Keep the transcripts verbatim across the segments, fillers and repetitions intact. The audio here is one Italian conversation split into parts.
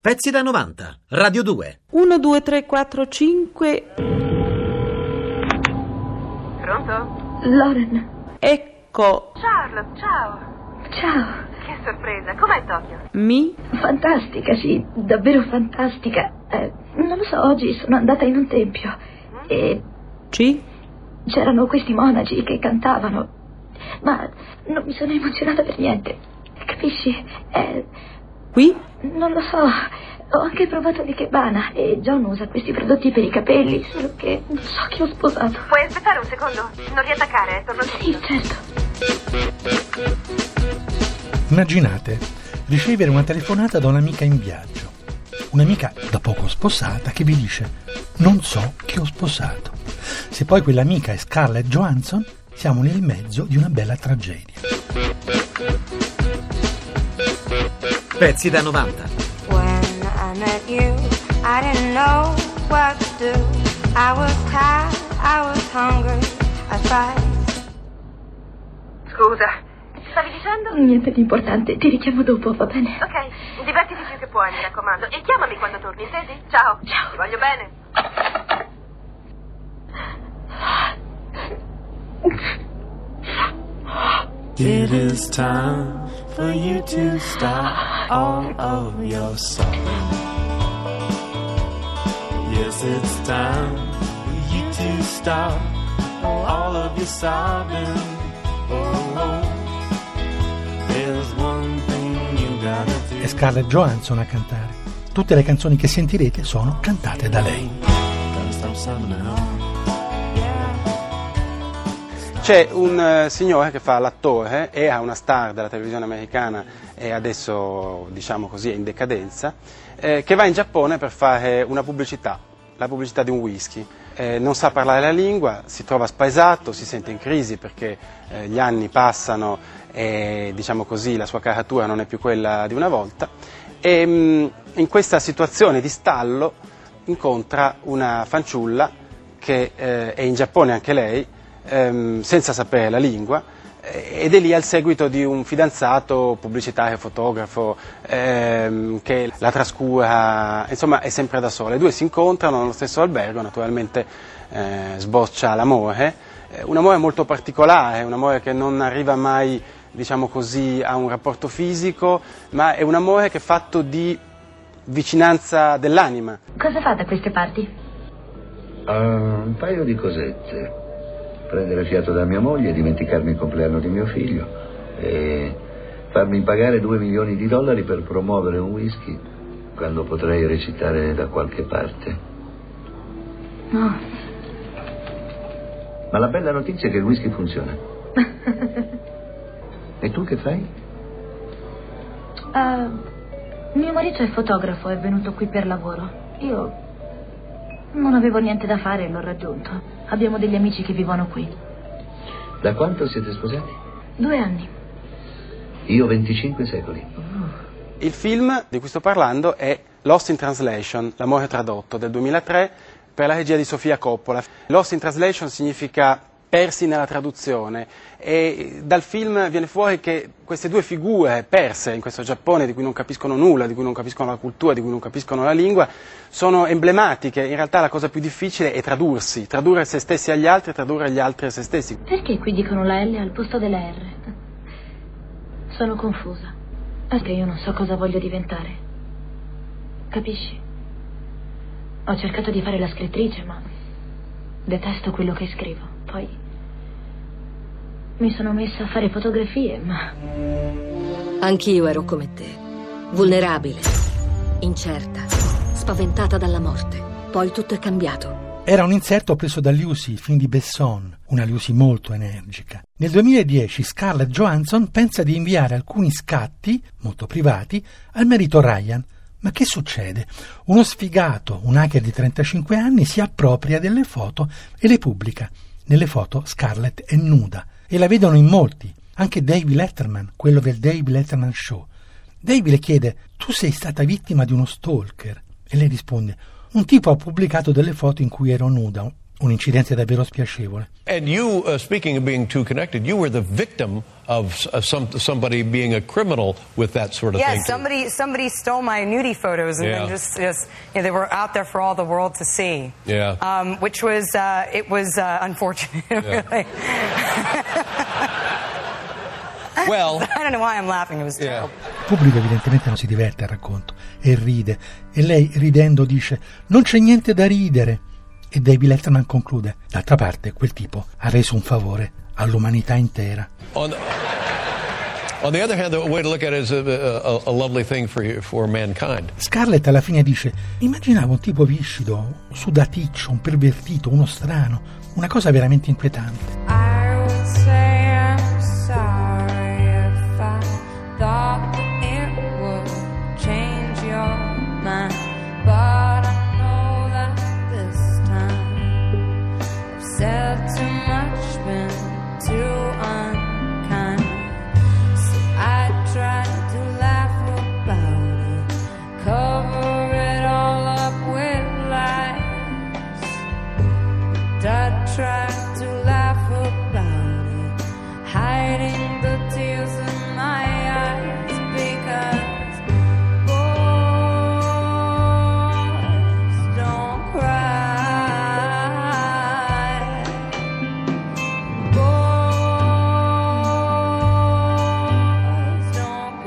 Pezzi da novanta, Radio due. uno, due, tre, quattro, cinque. Pronto? Lauren. Ecco. Charlotte, ciao. Ciao. Che sorpresa, com'è Tokyo? Mi? Fantastica, sì, davvero fantastica. Eh, non lo so, oggi sono andata in un tempio e Ci? c'erano questi monaci che cantavano, ma non mi sono emozionata per niente. Capisci? Eh, Qui? non lo so, ho anche provato l'ikebana e John usa questi prodotti per i capelli, solo che non so chi ho sposato. Puoi aspettare un secondo? Non riattaccare, torno Sì, subito. certo. Immaginate ricevere una telefonata da un'amica in viaggio, un'amica da poco sposata che vi dice «Non so chi ho sposato». Se poi quell'amica è Scarlett Johansson, siamo nel mezzo di una bella tragedia. Pezzi da novanta. When I met you, I didn't know what to do. I was tired, I was hungry, I tried. Scusa, stavi dicendo? Niente di importante, ti richiamo dopo, va bene? Ok, divertiti più che puoi, mi raccomando. E chiamami quando torni, senti? Ciao. Ciao. Ti voglio bene. It is time for you to stop all of your sobbing. Yes, it's time for you to stop all of your sobbing. Oh, oh. There's one thing you gotta do. È Scarlett Johansson a cantare. Tutte le canzoni che sentirete sono cantate da lei. Gotta stop sobbing now. C'è un uh, signore che fa l'attore e ha una star della televisione americana e adesso, diciamo così, è in decadenza, eh, che va in Giappone per fare una pubblicità, la pubblicità di un whisky. Eh, non sa parlare la lingua, si trova spaesato, si sente in crisi perché eh, gli anni passano e, diciamo così, la sua caratura non è più quella di una volta e mh, in questa situazione di stallo incontra una fanciulla che eh, è in Giappone anche lei, Ehm, senza sapere la lingua, eh, ed è lì al seguito di un fidanzato pubblicitario, fotografo, ehm, che la trascura, insomma è sempre da sola. I due si incontrano nello stesso albergo, naturalmente eh, sboccia l'amore, eh, un amore molto particolare, un amore che non arriva mai, diciamo così, a un rapporto fisico, ma è un amore che è fatto di vicinanza dell'anima. Cosa fa da queste parti? Uh, un paio di cosette. Prendere fiato da mia moglie e dimenticarmi il compleanno di mio figlio e farmi pagare due milioni di dollari per promuovere un whisky quando potrei recitare da qualche parte. No. Ma la bella notizia è che il whisky funziona. E tu che fai? Uh, mio marito è fotografo, è venuto qui per lavoro. Io non avevo niente da fare e l'ho raggiunto. Abbiamo degli amici che vivono qui. Da quanto siete sposati? Due anni. Io venticinque secoli. Il film di cui sto parlando è Lost in Translation, L'amore tradotto, del duemilatré, per la regia di Sofia Coppola. Lost in Translation significa persi nella traduzione e dal film viene fuori che queste due figure perse in questo Giappone di cui non capiscono nulla, di cui non capiscono la cultura, di cui non capiscono la lingua, sono emblematiche. In realtà la cosa più difficile è tradursi, tradurre se stessi agli altri e tradurre gli altri a se stessi. Perché qui dicono la L al posto della R? Sono confusa, perché io non so cosa voglio diventare. Capisci? Ho cercato di fare la scrittrice, ma detesto quello che scrivo. Poi mi sono messa a fare fotografie, ma... Anch'io ero come te, vulnerabile, incerta, spaventata dalla morte. Poi tutto è cambiato. Era un inserto preso da Lucy, il film di Besson, una Lucy molto energica. Nel duemiladieci Scarlett Johansson pensa di inviare alcuni scatti, molto privati, al marito Ryan. Ma che succede? Uno sfigato, un hacker di trentacinque anni, si appropria delle foto e le pubblica. Nelle foto Scarlett è nuda e la vedono in molti, anche David Letterman, quello del David Letterman Show. David le chiede: tu sei stata vittima di uno stalker? E lei risponde: un tipo ha pubblicato delle foto in cui ero nuda, un incidente davvero spiacevole. And you, uh, speaking of being too connected, you were the victim of uh, some, somebody being a criminal with that sort of yeah, thing. Yeah, somebody somebody stole my nudie photos and yeah. then just, just you know, they were out there for all the world to see. Yeah. Um, which was, uh, it was uh, unfortunate, yeah. really. Well, I don't know why I'm laughing, it was terrible. Yeah. Il pubblico evidentemente non si diverte al racconto e ride, e lei ridendo dice non c'è niente da ridere, e David Letterman conclude: d'altra parte quel tipo ha reso un favore all'umanità intera. On the, on the other hand, the way to look at it is a, a, a lovely thing for, for mankind. Scarlett alla fine dice: immaginavo un tipo viscido, sudaticcio, un pervertito, uno strano, una cosa veramente inquietante. I would say I'm sorry if I thought it would change your mind, but I know that this time I've said too much, been too unkind, so I tried to laugh about it, cover it all up with lies, I tried to laugh about it, hiding the tears in my eyes, because boys don't cry, boys don't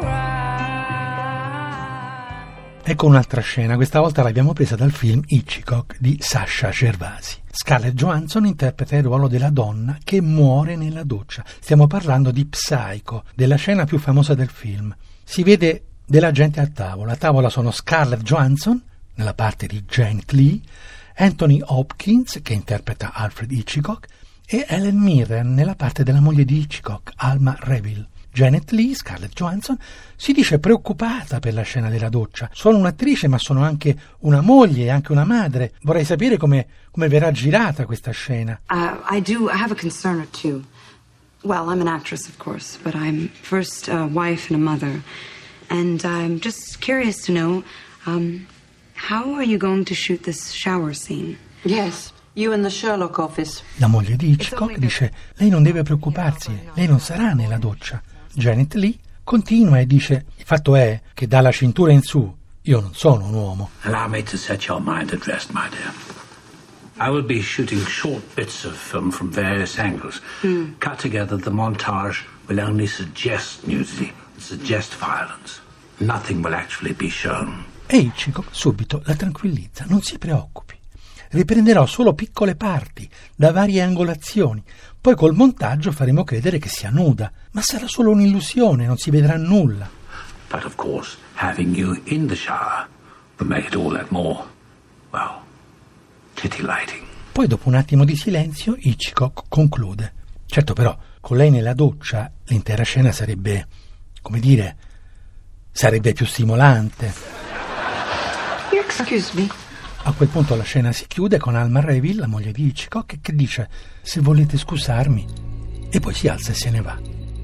cry. Ecco un'altra scena, questa volta l'abbiamo presa dal film Hitchcock di Sasha Gervasi. Scarlett Johansson interpreta il ruolo della donna che muore nella doccia. Stiamo parlando di Psycho, della scena più famosa del film. Si vede della gente a tavola. A tavola sono Scarlett Johansson, nella parte di Janet Leigh, Anthony Hopkins, che interpreta Alfred Hitchcock, e Helen Mirren, nella parte della moglie di Hitchcock, Alma Reville. Janet Leigh, Scarlett Johansson, si dice preoccupata per la scena della doccia. Sono un'attrice, ma sono anche una moglie e anche una madre. Vorrei sapere come, come verrà girata questa scena. Uh, I do I have a concern or two. Well, I'm an actress, of course, but I'm first a wife and a mother. And I'm just curious to know, um, how are you going to shoot this shower scene? Yes. You in the Sherlock office. La moglie di Hitchcock dice: lei non deve preoccuparsi, lei non sarà nella doccia. Janet Leigh continua e dice: il fatto è che dalla cintura in su io non sono un uomo. Allow me to set your mind at rest, my dear. I will be shooting short bits of film from various angles. Mm. Cut together, the montage will only suggest nudity, suggest violence. Nothing will actually be shown. E Hitchcock subito la tranquillizza: non si preoccupi. Riprenderò solo piccole parti, da varie angolazioni. Poi col montaggio faremo credere che sia nuda. Ma sarà solo un'illusione, non si vedrà nulla. But of course, having you in the shower will make it all that more, well, titillating. Poi dopo un attimo di silenzio, Hitchcock conclude: certo, però, con lei nella doccia l'intera scena sarebbe, come dire, sarebbe più stimolante. Excuse me. A quel punto la scena si chiude con Alma Reville, la moglie di Hitchcock, che dice: se volete scusarmi, e poi si alza e se ne va.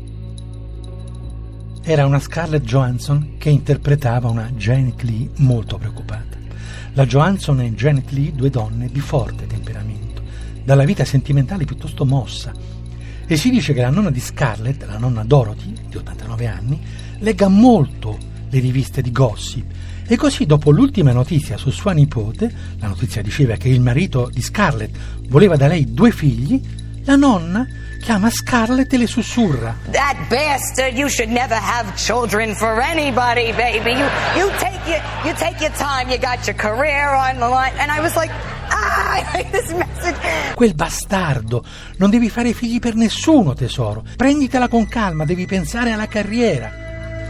Era una Scarlett Johansson che interpretava una Janet Leigh molto preoccupata. La Johansson e Janet Leigh, due donne di forte temperamento, dalla vita sentimentale piuttosto mossa, e si dice che la nonna di Scarlett, la nonna Dorothy, di ottantanove anni, legga molto le riviste di gossip. E così, dopo l'ultima notizia su sua nipote, la notizia diceva che il marito di Scarlett voleva da lei due figli, la nonna chiama Scarlett e le sussurra: That bastard, you should never have children for anybody, baby. You, you, take your, you take your time, you got your career on the line. And I was like, ah, I like this message. Quel bastardo, non devi fare figli per nessuno, tesoro. Prenditela con calma, devi pensare alla carriera.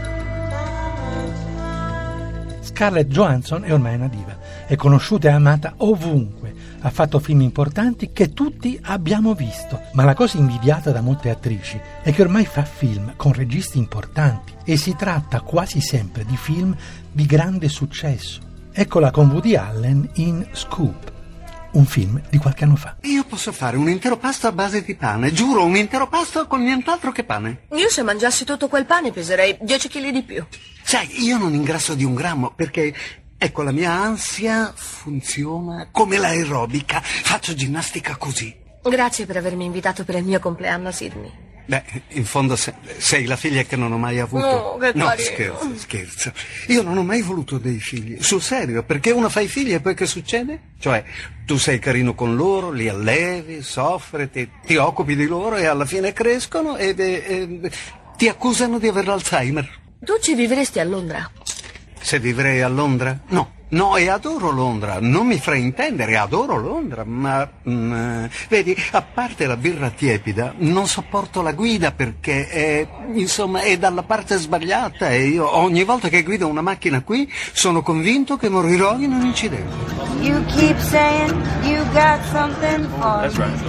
Scarlett Johansson è ormai una diva, è conosciuta e amata ovunque, ha fatto film importanti che tutti abbiamo visto, ma la cosa invidiata da molte attrici è che ormai fa film con registi importanti e si tratta quasi sempre di film di grande successo. Eccola con Woody Allen in Scoop, un film di qualche anno fa. Io posso fare un intero pasto a base di pane, giuro, un intero pasto con nient'altro che pane. Io se mangiassi tutto quel pane peserei dieci chili di più. Sai, io non ingrasso di un grammo perché Ecco, la mia ansia funziona come l'aerobica. Faccio ginnastica così. Grazie per avermi invitato per il mio compleanno, Sidney. Beh, in fondo se- sei la figlia che non ho mai avuto. Oh, che no, carino. scherzo, scherzo. Io non ho mai voluto dei figli. Sul serio, perché uno fa i figli e poi che succede? Cioè, tu sei carino con loro, li allevi, soffri, ti, ti occupi di loro e alla fine crescono e, e, e ti accusano di aver l'Alzheimer. Tu ci vivresti a Londra? Se vivrei a Londra? No. No, e adoro Londra, non mi fraintendere, adoro Londra, ma mm, vedi, a parte la birra tiepida, non sopporto la guida perché è, insomma, è dalla parte sbagliata e io ogni volta che guido una macchina qui sono convinto che morirò in un incidente. You keep saying you got something for That's me. right.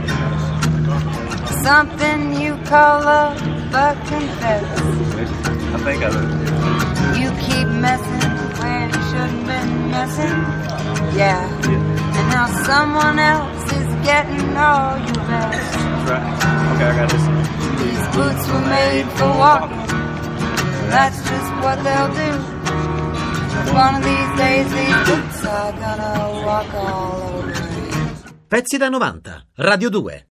Something you call love, but confess I think I do. you keep messing when you shouldn't been messing. Yeah. And now someone else is getting all your best. That's right. Okay, I got this. These boots were made for walking. That's just what they'll do. One of these days these boots are gonna walk all over me. Pezzi da novanta. Radio due.